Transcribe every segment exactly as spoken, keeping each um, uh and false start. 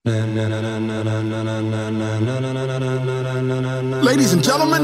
Ladies and gentlemen,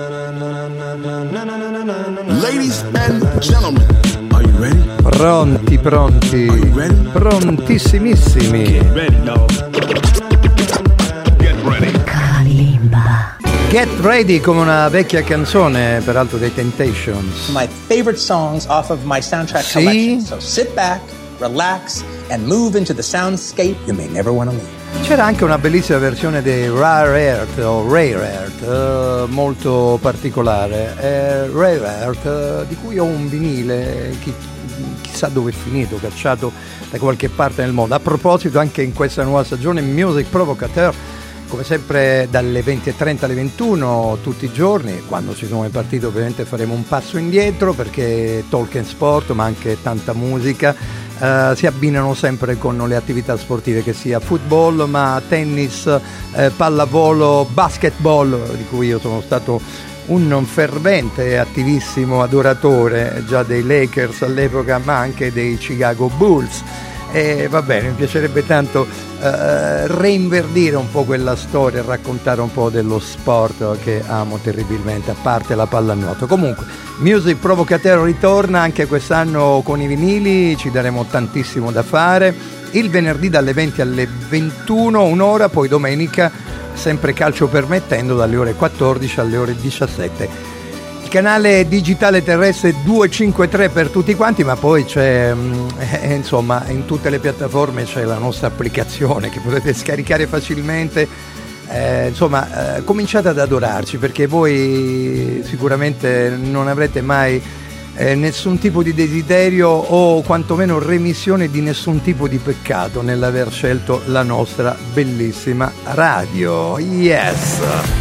ladies and gentlemen, are you ready? Pronti, pronti, Are you ready? prontissimissimi. Get ready, dog. Get ready. Kalimba. Get Ready, come una vecchia canzone, peraltro dei Temptations. My favorite songs off of my soundtrack See? collection. So sit back, relax, and move into the soundscape you may never want to leave. C'era anche una bellissima versione dei Rare Earth o Rare Earth, eh, molto particolare. Eh, Rare Earth, eh, di cui ho un vinile, chi, chissà dove è finito, cacciato da qualche parte nel mondo. A proposito, anche in questa nuova stagione Music Provocateur, come sempre dalle venti e trenta alle ventuno tutti i giorni. Quando ci sono le partite ovviamente faremo un passo indietro, perché talk and sport, ma anche tanta musica, eh, si abbinano sempre con le attività sportive, che sia football, ma tennis, eh, pallavolo, basketball, di cui io sono stato un fervente e attivissimo adoratore già dei Lakers all'epoca, ma anche dei Chicago Bulls. E va bene, mi piacerebbe tanto uh, reinverdire un po' quella storia e raccontare un po' dello sport che amo terribilmente, a parte la pallanuoto. Comunque, Music Provocateur ritorna anche quest'anno con i vinili, ci daremo tantissimo da fare. Il venerdì dalle venti alle ventuno, un'ora, poi domenica, sempre calcio permettendo, dalle ore quattordici alle ore diciassette. Canale digitale terrestre duecentocinquantatré per tutti quanti, ma poi c'è eh, insomma in tutte le piattaforme c'è la nostra applicazione che potete scaricare facilmente. Eh, insomma, eh, cominciate ad adorarci, perché voi sicuramente non avrete mai eh, nessun tipo di desiderio o quantomeno remissione di nessun tipo di peccato nell'aver scelto la nostra bellissima radio. Yes!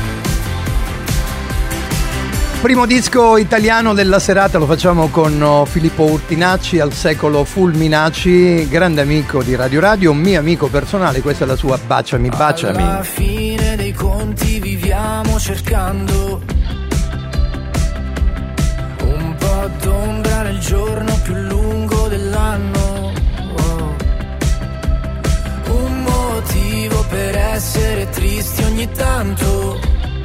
Primo disco italiano della serata lo facciamo con Filippo Urtinacci, al secolo Fulminacci, grande amico di Radio Radio, un mio amico personale. Questa è la sua Baciami, baciami. Alla fine dei conti viviamo cercando un po' d'ombra nel giorno più lungo dell'anno, oh. Un motivo per essere tristi ogni tanto,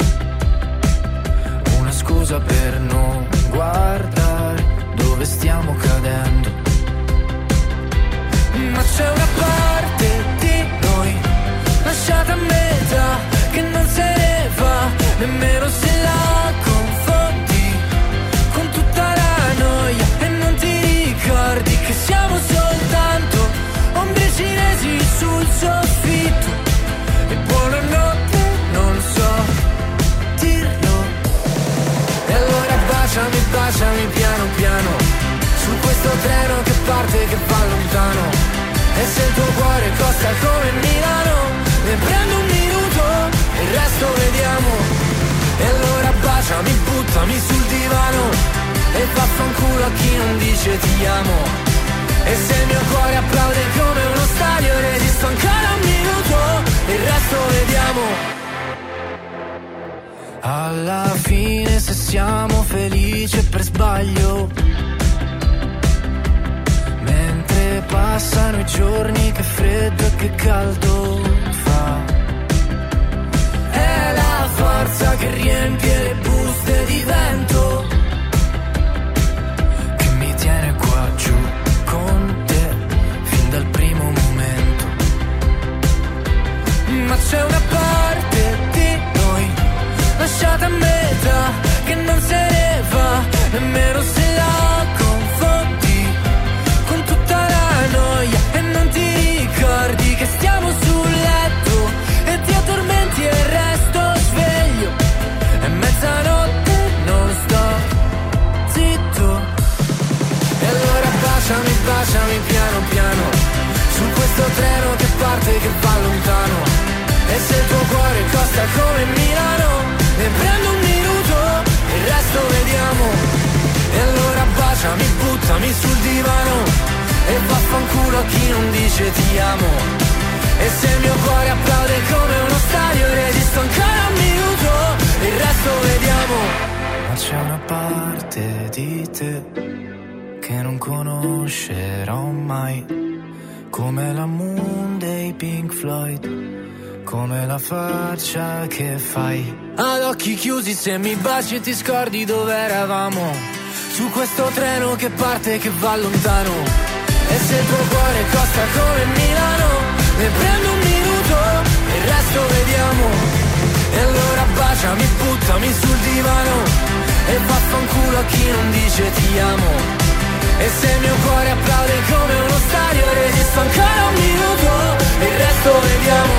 scusa per non guardare dove stiamo cadendo. Ma c'è una parte di noi lasciata a metà, che non se ne va nemmeno se la confondi con tutta la noia, e non ti ricordi che siamo soltanto ombre cinesi sul soffitto. E buonanotte, non so baciami, baciami piano piano, su questo treno che parte e che va lontano. E se il tuo cuore costa come Milano, ne prendo un minuto e il resto vediamo. E allora baciami, buttami sul divano, e vaffanculo a chi non dice ti amo. E se il mio cuore applaude come uno stadio, resisto ancora un minuto e il resto vediamo. Alla fine, se siamo felici per sbaglio, mentre passano i giorni, che freddo e che caldo fa, è la forza che riempie le buste di vento che mi tiene qua giù con te fin dal primo momento. Ma c'è una parte di noi lasciata a metà, che non se ne va nemmeno se la confondi con tutta la noia, e non ti ricordi che stiamo sul letto e ti addormenti e il resto sveglio. È mezzanotte, non sto zitto. E allora baciami, baciami piano piano, su questo treno che parte e che va lontano. E se il tuo cuore costa come Milano, ne prendo un minuto e il resto vediamo. E allora baciami, buttami sul divano, e vaffanculo a chi non dice ti amo. E se il mio cuore applaude come uno stadio, resisto ancora un minuto e il resto vediamo. Ma c'è una parte di te che non conoscerò mai, come la moon dei Pink Floyd, come la faccia che fai. Ad occhi chiusi se mi baci e ti scordi dove eravamo, su questo treno che parte e che va lontano. E se il tuo cuore costa come Milano, ne prendo un minuto e il resto vediamo. E allora baciami, buttami sul divano e vaffanculo a chi non dice ti amo. E se il mio cuore applaude come uno stadio, resisto ancora un minuto e il resto vediamo.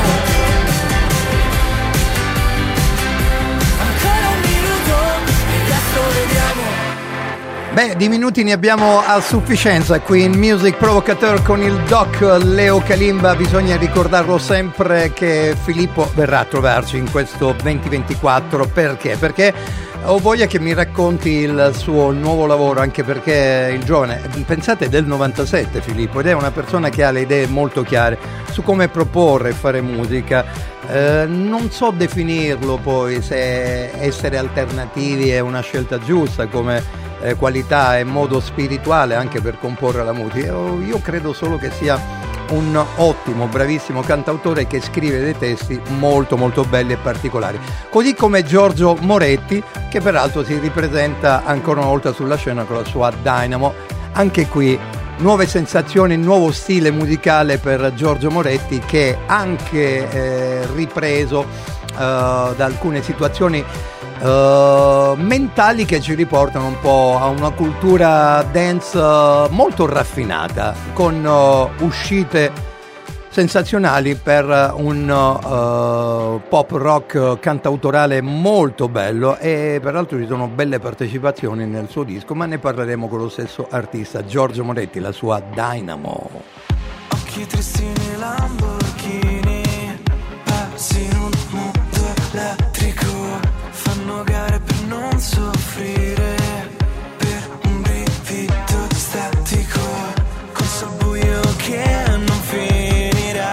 Ancora un minuto e il resto vediamo. Beh, di minuti ne abbiamo a sufficienza qui in Music Provocateur con il doc Leo Kalimba. Bisogna ricordarlo sempre che Filippo verrà a trovarci in questo venti ventiquattro. Perché? Perché ho voglia che mi racconti il suo nuovo lavoro, anche perché il giovane, pensate, è del novantasette Filippo, ed è una persona che ha le idee molto chiare su come proporre e fare musica. Eh, non so definirlo poi se essere alternativi è una scelta giusta come eh, qualità e modo spirituale anche per comporre la musica. Io, io credo solo che sia un ottimo, bravissimo cantautore che scrive dei testi molto molto belli e particolari, così come Giorgio Moretti, che peraltro si ripresenta ancora una volta sulla scena con la sua Dynamo. Anche qui nuove sensazioni, nuovo stile musicale per Giorgio Moretti, che anche eh, ripreso eh, da alcune situazioni Uh, mentali che ci riportano un po' a una cultura dance uh, molto raffinata, con uh, uscite sensazionali per un uh, pop rock cantautorale molto bello, e peraltro ci sono belle partecipazioni nel suo disco, ma ne parleremo con lo stesso artista Giorgio Moretti, la sua Dynamo. Occhi tristi nei Lamborghini, passi in un mondo elettrico, fanno gare per non soffrire, per un brivido statico, questo buio che non finirà,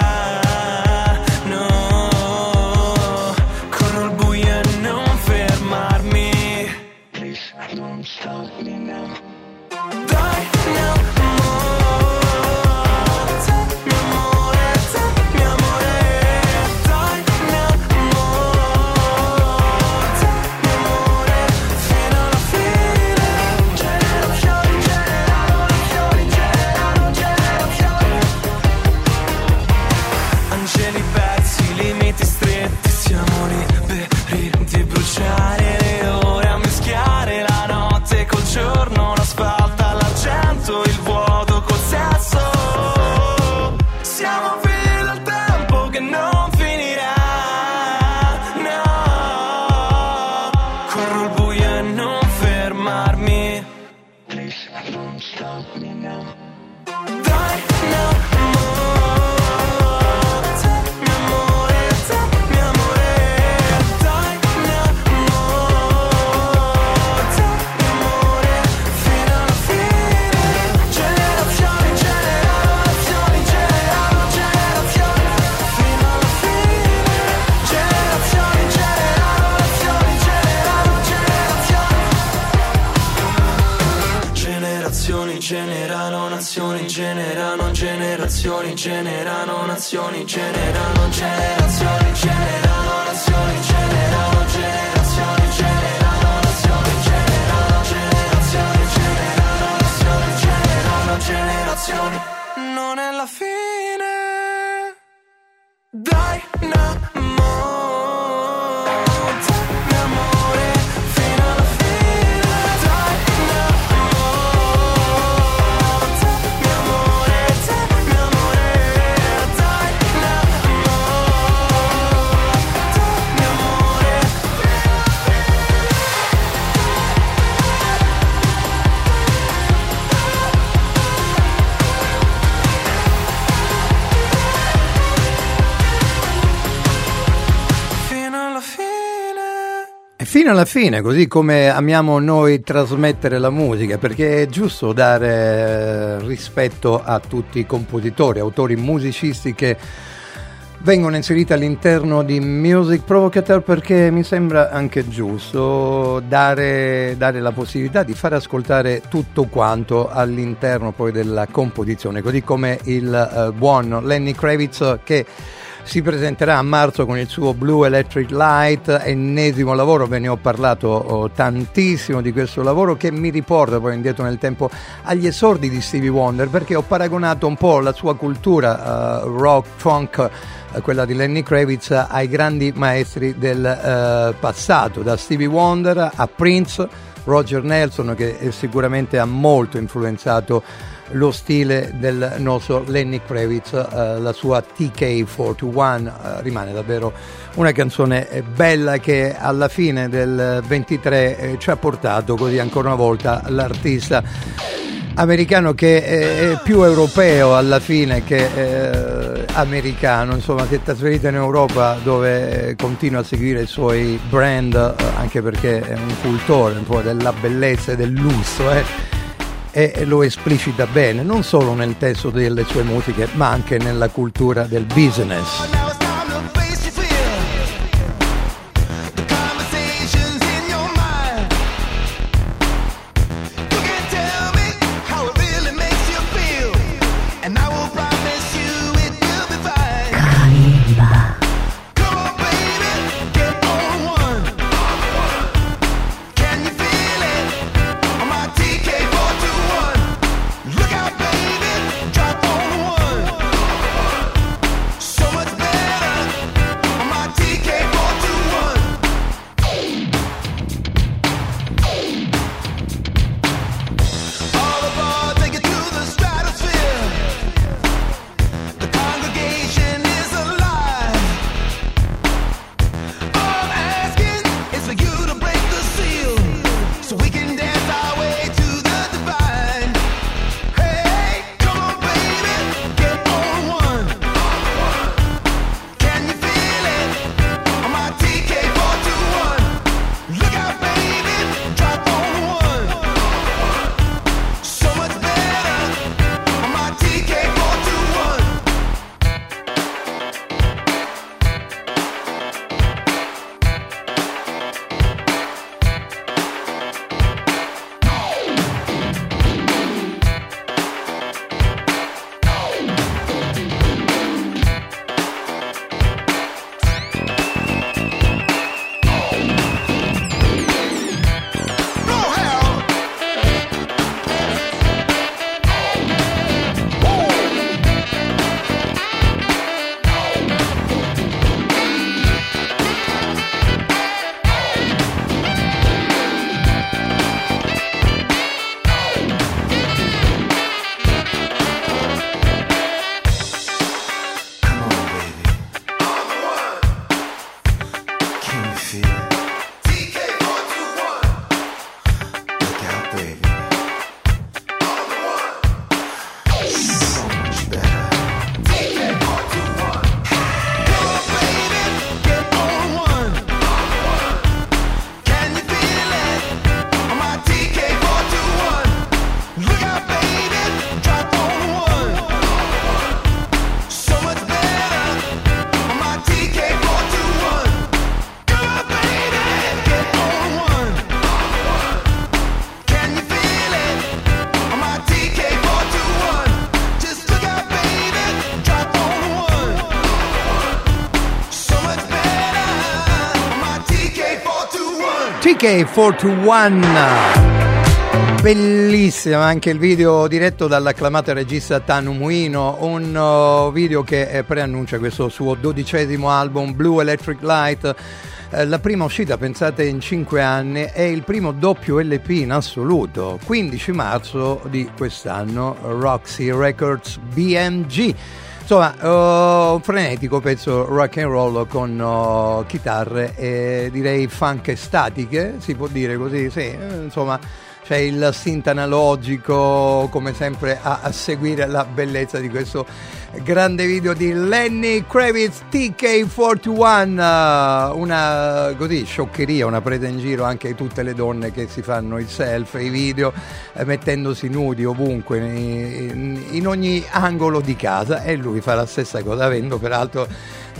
no, corro al buio e non fermarmi. Please don't stop me now. Dai, no. Le ore a mischiare la notte col giorno, l'asfalto all'argento, il vuoto col sesso. Siamo figli del tempo che non finirà, no, corro al buio e non fermarmi. Please don't stop me now. Dai, no. Generano nazioni, generano generazioni, generano nazioni, generano generazioni, generano nazioni, generano generazioni, generano nazioni, generano generazioni, generano nazioni, generano generazioni. Non è la fine, dai, no. Fino alla fine, così come amiamo noi trasmettere la musica, perché è giusto dare rispetto a tutti i compositori, autori musicisti che vengono inserite all'interno di Music Provocateur perché mi sembra anche giusto dare, dare la possibilità di far ascoltare tutto quanto all'interno poi della composizione, così come il uh, buon Lenny Kravitz che si presenterà a marzo con il suo Blue Electric Light, ennesimo lavoro. Ve ne ho parlato oh, tantissimo di questo lavoro, che mi riporta poi indietro nel tempo agli esordi di Stevie Wonder, perché ho paragonato un po' la sua cultura uh, rock, funk, uh, quella di Lenny Kravitz, ai grandi maestri del uh, passato, da Stevie Wonder a Prince, Roger Nelson, che sicuramente ha molto influenzato lo stile del nostro Lenny Kravitz. Uh, la sua T K quarantuno uh, rimane davvero una canzone bella, che alla fine del ventitré eh, ci ha portato così ancora una volta l'artista americano, che è, è più europeo alla fine che eh, americano, insomma si è trasferito in Europa, dove eh, continua a seguire i suoi brand, eh, anche perché è un cultore un po' della bellezza e del lusso, eh. E lo esplicita bene, non solo nel testo delle sue musiche, ma anche nella cultura del business. T K quarantuno, bellissima, anche il video diretto dall'acclamato regista Tanu Muino, un uh, video che eh, preannuncia questo suo dodicesimo album Blue Electric Light, eh, la prima uscita, pensate, in cinque anni, è il primo doppio L P in assoluto, quindici marzo di quest'anno, Roxy Records B M G. Insomma, uh, un frenetico pezzo rock and roll con uh, chitarre e direi funk estatiche, si può dire così, sì, eh, insomma c'è il synth analogico come sempre a, a seguire la bellezza di questo grande video di Lenny Kravitz, T K quarantuno, una così scioccheria, una presa in giro anche di tutte le donne che si fanno il selfie, i video eh, mettendosi nudi ovunque, in, in ogni angolo di casa, e lui fa la stessa cosa, avendo peraltro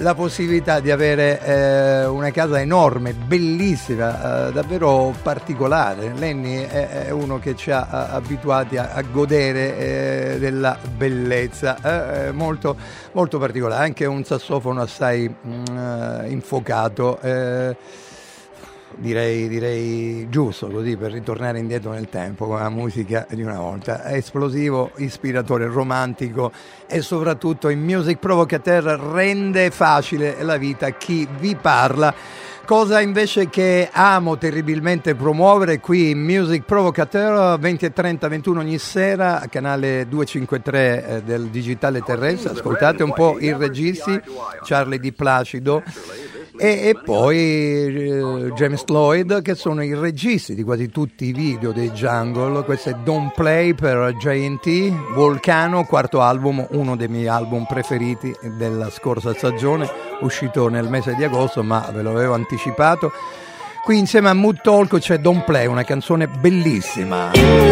la possibilità di avere eh, una casa enorme, bellissima, eh, davvero particolare. Lenny è, è uno che ci ha abituati a, a godere eh, della bellezza, eh, molto, molto particolare, anche un sassofono assai mh, infuocato, eh, direi, direi giusto, così per ritornare indietro nel tempo con la musica di una volta. È esplosivo, ispiratore, romantico e soprattutto in Music Provocateur rende facile la vita a chi vi parla, cosa invece che amo terribilmente promuovere qui in Music Provocateur venti e trenta ventuno ogni sera, canale duecentocinquantatré eh, del digitale terrestre. Ascoltate un po' i registi, Charlie Di Placido e, e poi eh, James Lloyd, che sono i registi di quasi tutti i video dei Jungle. Questo è Don't Play per J and T, Volcano, quarto album, uno dei miei album preferiti della scorsa stagione, uscito nel mese di agosto, ma ve l'avevo anticipato. Qui insieme a Mood Talk c'è Don't Play, una canzone bellissima.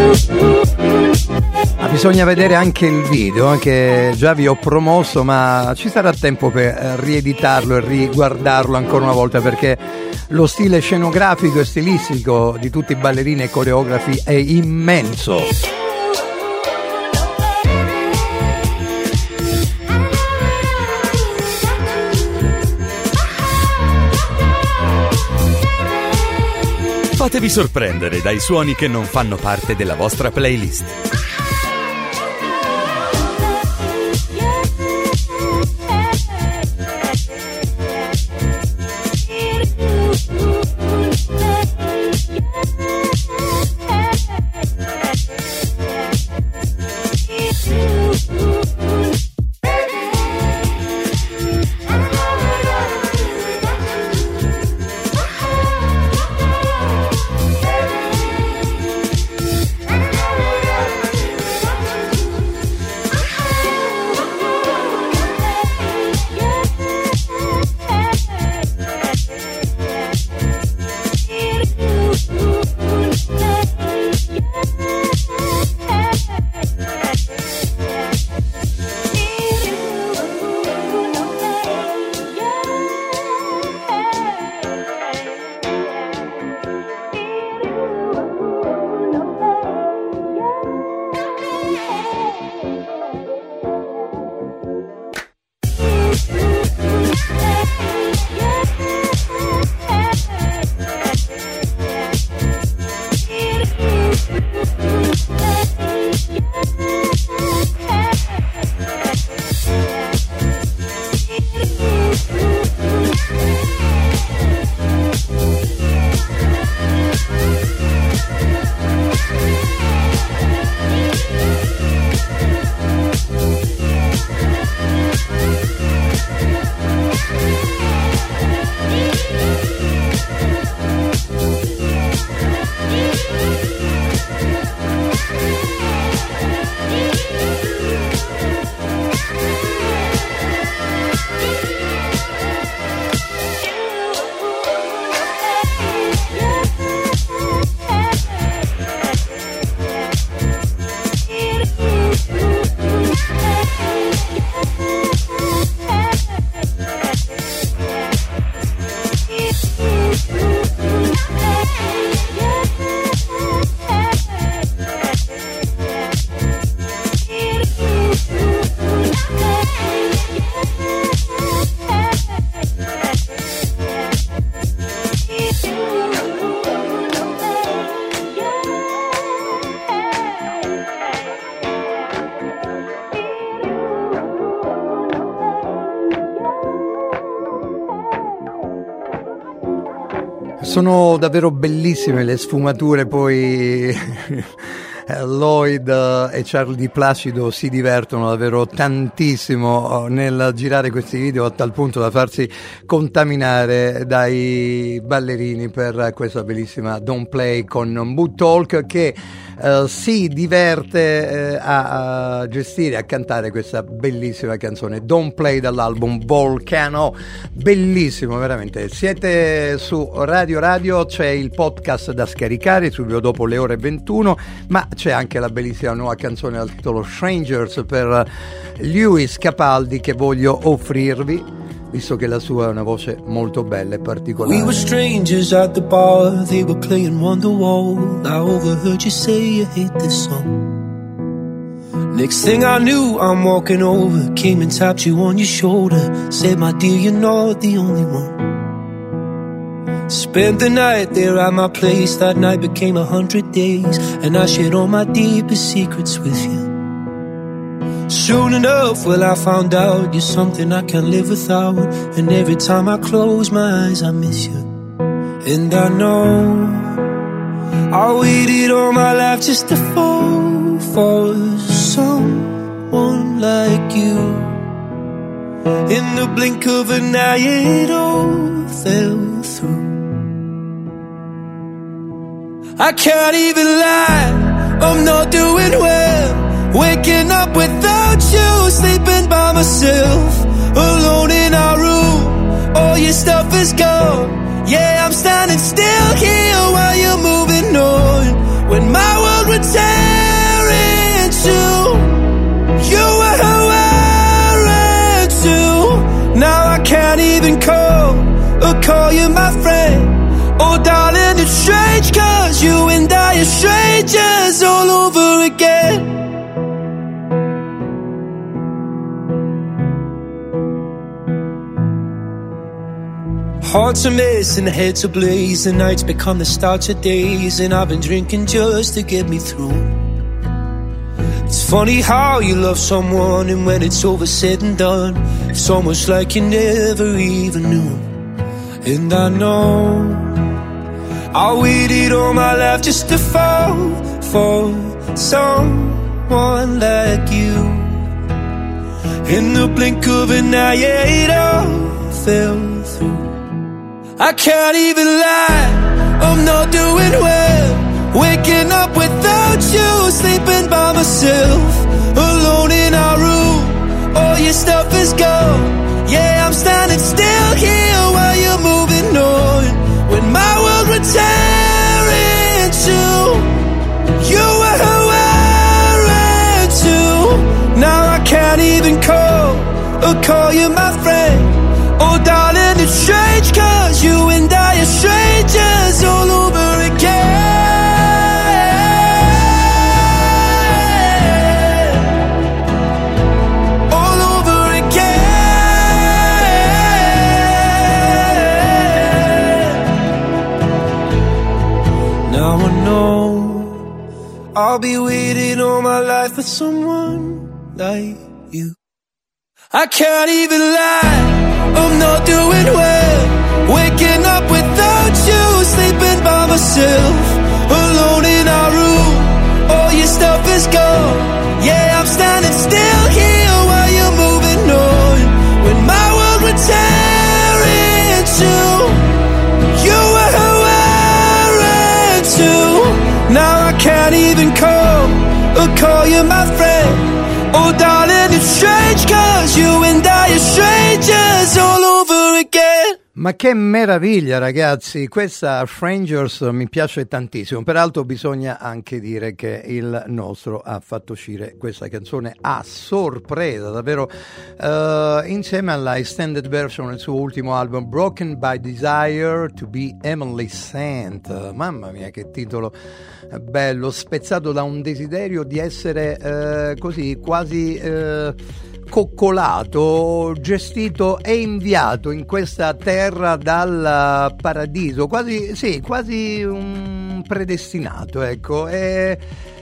Ma bisogna vedere anche il video, che già vi ho promosso, ma ci sarà tempo per rieditarlo e riguardarlo ancora una volta, perché lo stile scenografico e stilistico di tutti i ballerini e coreografi è immenso. Fatevi sorprendere dai suoni che non fanno parte della vostra playlist. Sono davvero bellissime le sfumature, poi Lloyd e Charlie Di Placido si divertono davvero tantissimo nel girare questi video, a tal punto da farsi contaminare dai ballerini per questa bellissima Don't Play con Mood Talk, che Uh, si diverte uh, a, a gestire, a cantare questa bellissima canzone Don't Play dall'album Volcano. Bellissimo, veramente. Siete su Radio Radio, c'è il podcast da scaricare subito dopo le ore ventuno, ma c'è anche la bellissima nuova canzone dal titolo Strangers per Lewis Capaldi che voglio offrirvi. visto che la sua è una voce molto bella e particolare. We were strangers at the bar, they were playing Wonderwall. I overheard you say you hate this song. Next thing I knew, I'm walking over, came and tapped you on your shoulder, said, my dear, you're not the only one. Spent the night there at my place, that night became a hundred days, and I shared all my deepest secrets with you. Soon enough, well, I found out you're something I can't live without, and every time I close my eyes, I miss you. And I know I waited all my life just to fall for someone like you. In the blink of an eye, it all fell through. I can't even lie, I'm not doing well. Waking up without you, sleeping by myself, alone in our room. All your stuff is gone. Yeah, I'm standing still here while you're moving on. When my world would tear in two, you were wearing two. Now I can't even call or call you my friend. Oh darling, it's strange, cause you and I are strangers all over again. Hearts are missing, heads ablaze, the nights become the start of days, and I've been drinking just to get me through. It's funny how you love someone, and when it's over said and done, it's almost like you never even knew. And I know I waited all my life just to fall for someone like you. In the blink of an eye, yeah, it all fell through. I can't even lie, I'm not doing well. Waking up without you, sleeping by myself, alone in our room. All your stuff is gone. Yeah, I'm standing still here while you're moving on. When my world would tear in two, you were wearing two. Now I can't even call or call you my friend. Oh darling, it's strange, cause you and I are strangers all over again. All over again. Now I know I'll be waiting all my life for someone like you. I can't even lie, I'm not doing well. Waking up without you, sleeping by myself, alone in our room. All your stuff is gone. Yeah, I'm standing still here while you're moving on. When my world would tear in two, you were wearing two. Now I can't even call or call you my friend. Oh darling, it's strange, cause you and I are strangers all over again. Ma che meraviglia, ragazzi, questa Strangers mi piace tantissimo. Peraltro bisogna anche dire che il nostro ha fatto uscire questa canzone a sorpresa, davvero, uh, insieme alla extended version del suo ultimo album Broken by Desire to be Emily Sent. Mamma mia, che titolo bello, spezzato da un desiderio di essere uh, così quasi uh, coccolato, gestito e inviato in questa terra dal paradiso, quasi sì, quasi un predestinato, ecco. E,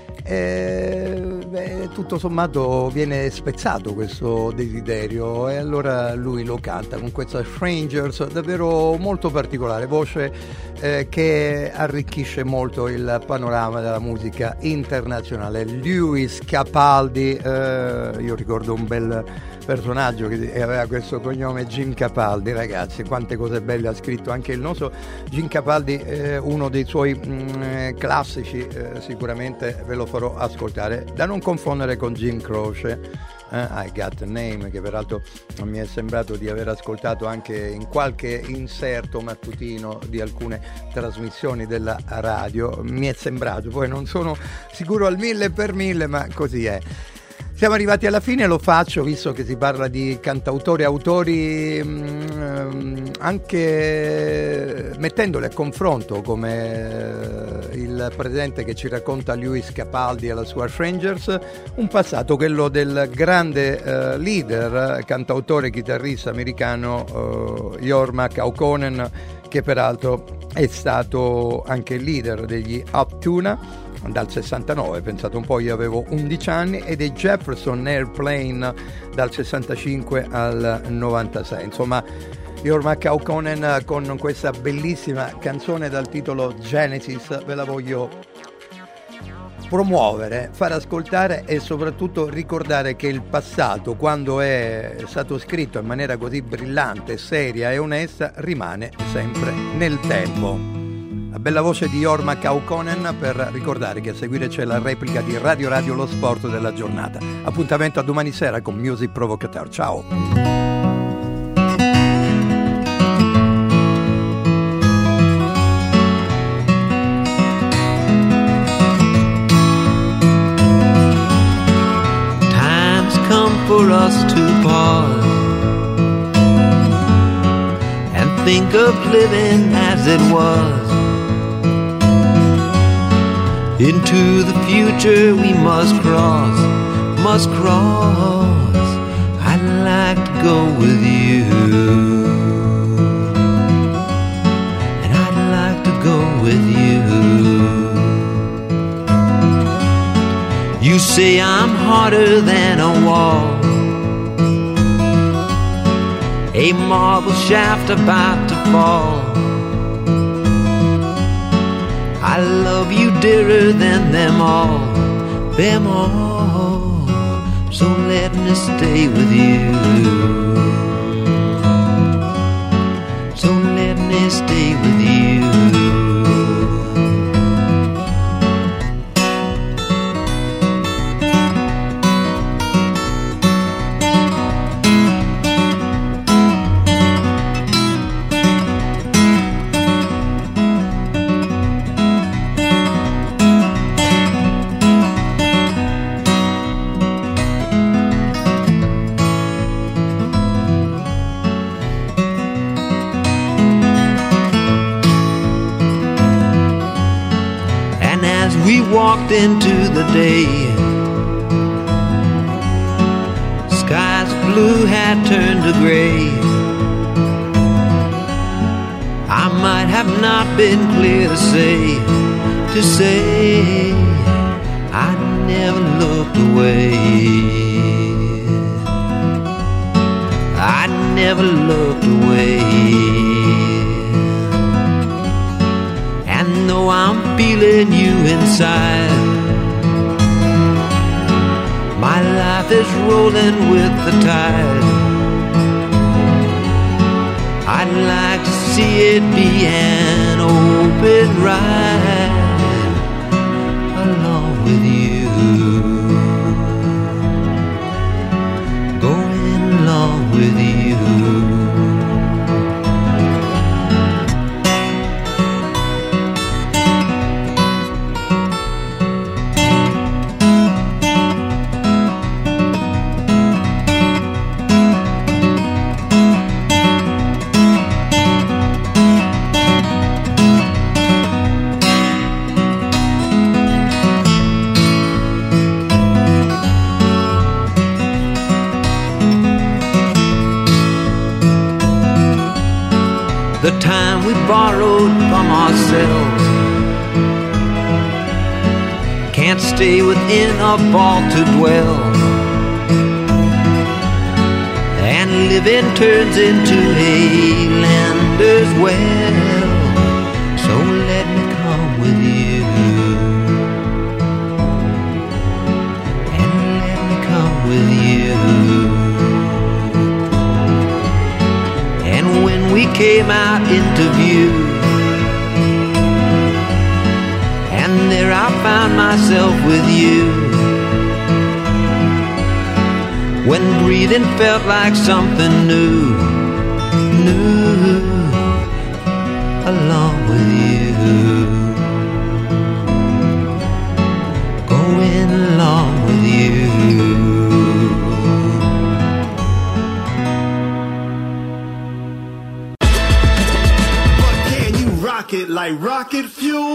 e beh, tutto sommato viene spezzato questo desiderio, e allora lui lo canta con questa Strangers davvero molto particolare, voce eh, che arricchisce molto il panorama della musica internazionale. Lewis Capaldi, eh, io ricordo un bel personaggio che aveva questo cognome, Jim Capaldi, ragazzi, quante cose belle ha scritto anche il nostro Jim Capaldi. Eh, uno dei suoi mh, classici, eh, sicuramente ve lo farò ascoltare, da non confondere con Jim Croce, eh, I Got a Name, che peraltro mi è sembrato di aver ascoltato anche in qualche inserto mattutino di alcune trasmissioni della radio, mi è sembrato, poi non sono sicuro al mille per mille, ma così è. Siamo arrivati alla fine, lo faccio visto che si parla di cantautori, autori, mh, anche mettendoli a confronto, come il presente che ci racconta Lewis Capaldi e la sua Strangers, un passato, quello del grande uh, leader, cantautore, chitarrista americano uh, Jorma Kaukonen, che peraltro è stato anche il leader degli Hot Tuna dal sessantanove, pensate un po', io avevo undici anni, e dei Jefferson Airplane dal sessantacinque al novantasei. Insomma, Jorma Kaukonen con questa bellissima canzone dal titolo Genesis ve la voglio promuovere, far ascoltare e soprattutto ricordare che il passato, quando è stato scritto in maniera così brillante, seria e onesta, rimane sempre nel tempo. La bella voce di Jorma Kaukonen per ricordare che a seguire c'è la replica di Radio Radio, lo sport della giornata. Appuntamento a domani sera con Music Provocateur. Ciao! Time's come for us to pause and think of living as it was. Into the future we must cross, must cross. I'd like to go with you, and I'd like to go with you. You say I'm harder than a wall, a marble shaft about to fall. I love you dearer than them all, them all. So let me stay with you. So let me stay with you. Walked into the day, skies blue had turned to gray. I might have not been clear to say, to say I never looked away. I never looked away. And though I'm feeling you inside, my life is rolling with the tide. I'd like to see it be an open ride along with you, going along with you. The time we borrowed from ourselves can't stay within a vault to dwell, and living turns into a lander's well. So let me come with you, and let me come with you. And when we came out into view, and there I found myself with you, when breathing felt like something new, new, along with you, going along with you. like rocket fuel.